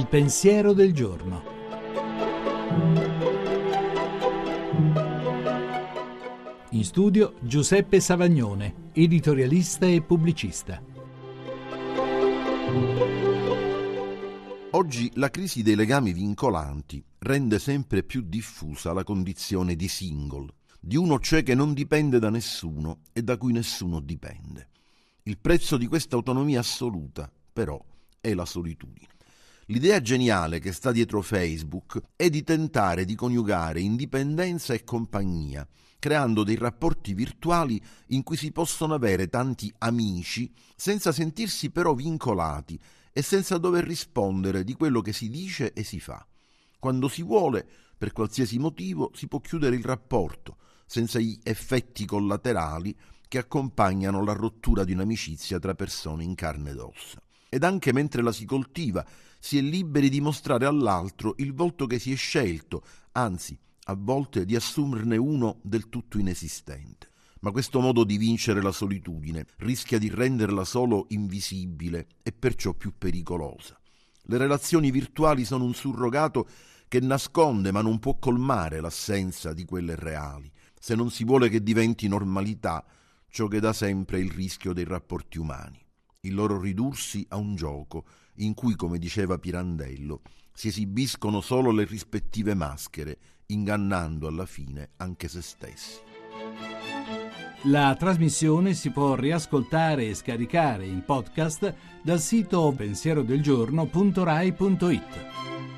Il pensiero del giorno. In studio Giuseppe Savagnone, editorialista e pubblicista. Oggi la crisi dei legami vincolanti rende sempre più diffusa la condizione di single, di uno cioè che non dipende da nessuno e da cui nessuno dipende. Il prezzo di questa autonomia assoluta, però, è la solitudine. L'idea geniale che sta dietro Facebook è di tentare di coniugare indipendenza e compagnia, creando dei rapporti virtuali in cui si possono avere tanti amici senza sentirsi però vincolati e senza dover rispondere di quello che si dice e si fa. Quando si vuole, per qualsiasi motivo, si può chiudere il rapporto, senza gli effetti collaterali che accompagnano la rottura di un'amicizia tra persone in carne ed ossa. Ed anche mentre la si coltiva, si è liberi di mostrare all'altro il volto che si è scelto, anzi, a volte di assumerne uno del tutto inesistente. Ma questo modo di vincere la solitudine rischia di renderla solo invisibile e perciò più pericolosa. Le relazioni virtuali sono un surrogato che nasconde ma non può colmare l'assenza di quelle reali, se non si vuole che diventi normalità ciò che da sempre è il rischio dei rapporti umani, il loro ridursi a un gioco in cui, come diceva Pirandello, si esibiscono solo le rispettive maschere, ingannando alla fine anche se stessi. La trasmissione si può riascoltare e scaricare in podcast dal sito pensierodelgiorno.rai.it.